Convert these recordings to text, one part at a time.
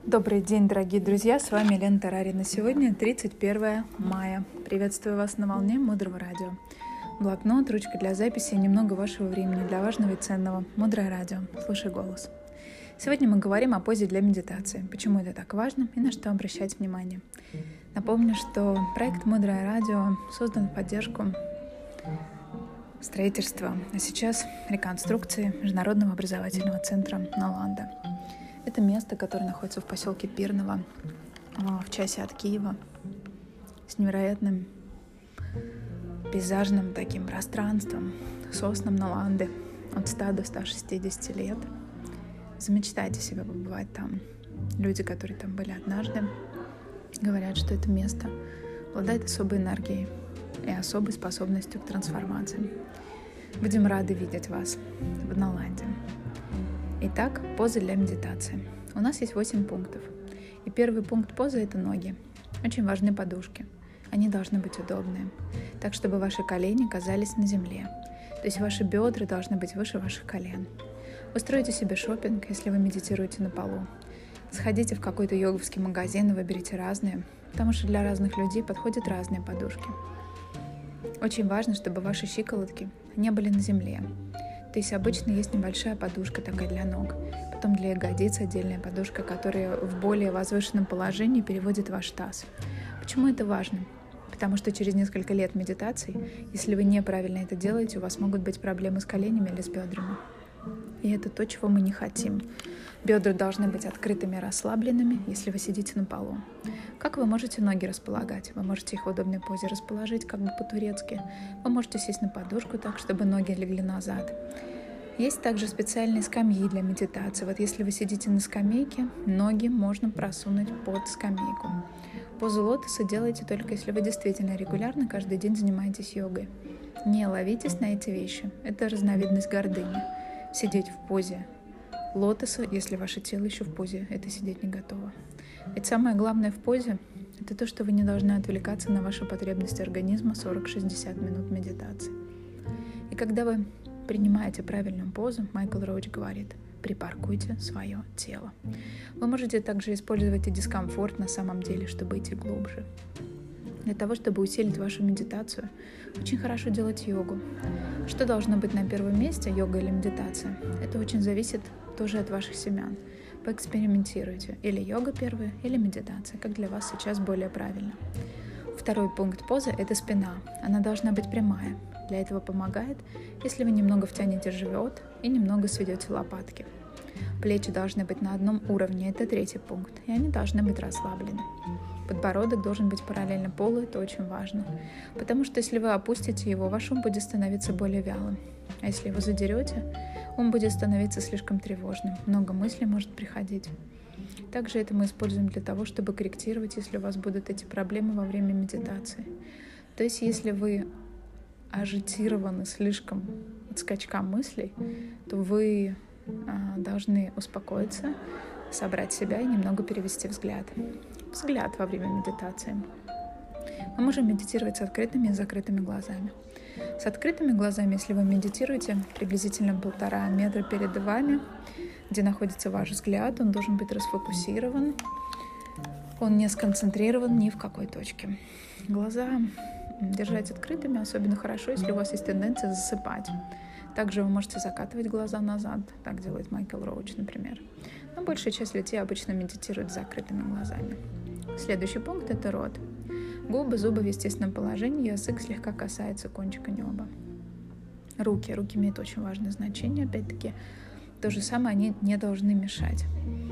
Добрый день, дорогие друзья, с вами Лена Тарарина. Сегодня 31 мая. Приветствую вас на волне Мудрого радио. Блокнот, ручка для записи и немного вашего времени для важного и ценного. Мудрое радио. Слушай голос. Сегодня мы говорим о позе для медитации. Почему это так важно и на что обращать внимание. Напомню, что проект Мудрое радио создан в поддержку строительства, а сейчас реконструкции Международного образовательного центра Наланда. Это место, которое находится в поселке Пирново, в часе от Киева, с невероятным пейзажным таким пространством, соснам Наланды от 100 до 160 лет. Замечтайте себе побывать там. Люди, которые там были однажды, говорят, что это место обладает особой энергией и особой способностью к трансформации. Будем рады видеть вас в Наланде. Итак, позы для медитации. У нас есть 8 пунктов. И первый пункт позы — это ноги. Очень важны подушки. Они должны быть удобные, так, чтобы ваши колени казались на земле. То есть ваши бедра должны быть выше ваших колен. Устроите себе шопинг, если вы медитируете на полу. Сходите в какой-то йоговский магазин и выберите разные, потому что для разных людей подходят разные подушки. Очень важно, чтобы ваши щиколотки не были на земле. То есть обычно есть небольшая подушка такая для ног, потом для ягодиц отдельная подушка, которая в более возвышенном положении переводит ваш таз. Почему это важно? Потому что через несколько лет медитаций, если вы неправильно это делаете, у вас могут быть проблемы с коленями или с бедрами. И это то, чего мы не хотим. Бедра должны быть открытыми и расслабленными, если вы сидите на полу. Как вы можете ноги располагать? Вы можете их в удобной позе расположить, как бы по-турецки. Вы можете сесть на подушку так, чтобы ноги легли назад. Есть также специальные скамьи для медитации. Вот если вы сидите на скамейке, ноги можно просунуть под скамейку. Позу лотоса делайте только если вы действительно регулярно каждый день занимаетесь йогой. Не ловитесь на эти вещи. Это разновидность гордыни. Сидеть в позе лотоса, если ваше тело еще в позе, это сидеть не готово. Ведь самое главное в позе — это то, что вы не должны отвлекаться на ваши потребности организма 40-60 минут медитации. И когда вы принимаете правильную позу, Майкл Роуч говорит: припаркуйте свое тело. Вы можете также использовать и дискомфорт на самом деле, чтобы идти глубже. Для того, чтобы усилить вашу медитацию, очень хорошо делать йогу. Что должно быть на первом месте, йога или медитация? Это очень зависит тоже от ваших семян. Поэкспериментируйте. Или йога первая, или медитация, как для вас сейчас более правильно. Второй пункт позы — это спина. Она должна быть прямая. Для этого помогает, если вы немного втянете живот и немного сведете лопатки. Плечи должны быть на одном уровне, это третий пункт, и они должны быть расслаблены. Подбородок должен быть параллельно полу, это очень важно, потому что если вы опустите его, ваш ум будет становиться более вялым, а если его задерете, ум будет становиться слишком тревожным, много мыслей может приходить. Также это мы используем для того, чтобы корректировать, если у вас будут эти проблемы во время медитации. То есть если вы ажитированы слишком от скачка мыслей, то вы должны успокоиться, собрать себя и немного перевести взгляд. Взгляд во время медитации. Мы можем медитировать с открытыми и закрытыми глазами. С открытыми глазами, если вы медитируете приблизительно 1,5 метра перед вами, где находится ваш взгляд, он должен быть расфокусирован, он не сконцентрирован ни в какой точке. Глаза держать открытыми особенно хорошо, если у вас есть тенденция засыпать. Также вы можете закатывать глаза назад, так делает Майкл Роуч, например. Но большая часть людей обычно медитирует с закрытыми глазами. Следующий пункт — это рот. Губы, зубы в естественном положении, язык слегка касается кончика неба. Руки имеют очень важное значение, опять-таки. То же самое, они не должны мешать.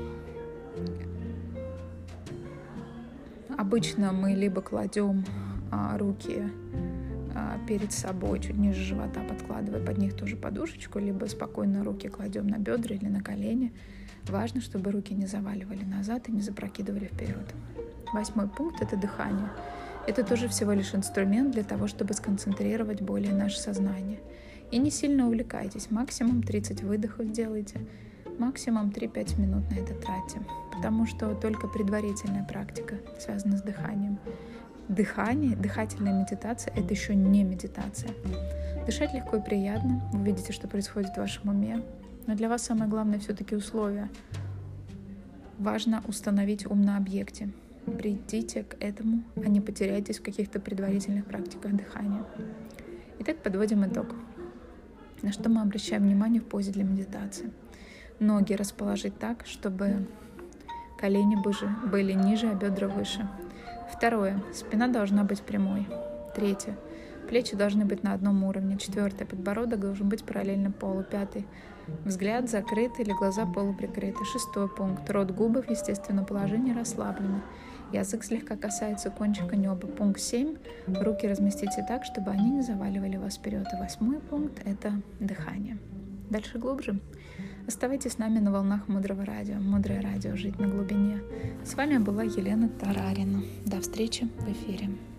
Обычно мы либо кладем руки перед собой, чуть ниже живота, подкладывая под них тоже подушечку, либо спокойно руки кладем на бедра или на колени. Важно, чтобы руки не заваливали назад и не запрокидывали вперед. 8 пункт — это дыхание. Это тоже всего лишь инструмент для того, чтобы сконцентрировать более наше сознание. И не сильно увлекайтесь. Максимум 30 выдохов делайте, максимум 3-5 минут на это тратьте, потому что только предварительная практика связана с дыханием. Дыхание, дыхательная медитация — это еще не медитация. Дышать легко и приятно, вы видите, что происходит в вашем уме, но для вас самое главное все-таки условия. важно установить ум на объекте. Придите к этому, а не потеряйтесь в каких-то предварительных практиках дыхания. Итак, подводим итог. На что мы обращаем внимание в позе для медитации? Ноги расположить так, чтобы колени были ниже, а бедра выше. Второе. Спина должна быть прямой. Третье. Плечи должны быть на одном уровне. Четвертое. Подбородок должен быть параллельно полу. Пятый. Взгляд закрыт или глаза полуприкрыты. Шестой пункт. Рот, губы в естественном положении расслаблены. Язык слегка касается кончика неба. Пункт 7. Руки разместите так, чтобы они не заваливали вас вперед. И 8 пункт — это дыхание. Дальше глубже. Оставайтесь с нами на волнах Мудрого радио. Мудрое радио. Жить на глубине. С вами была Елена Тарарина. До встречи в эфире.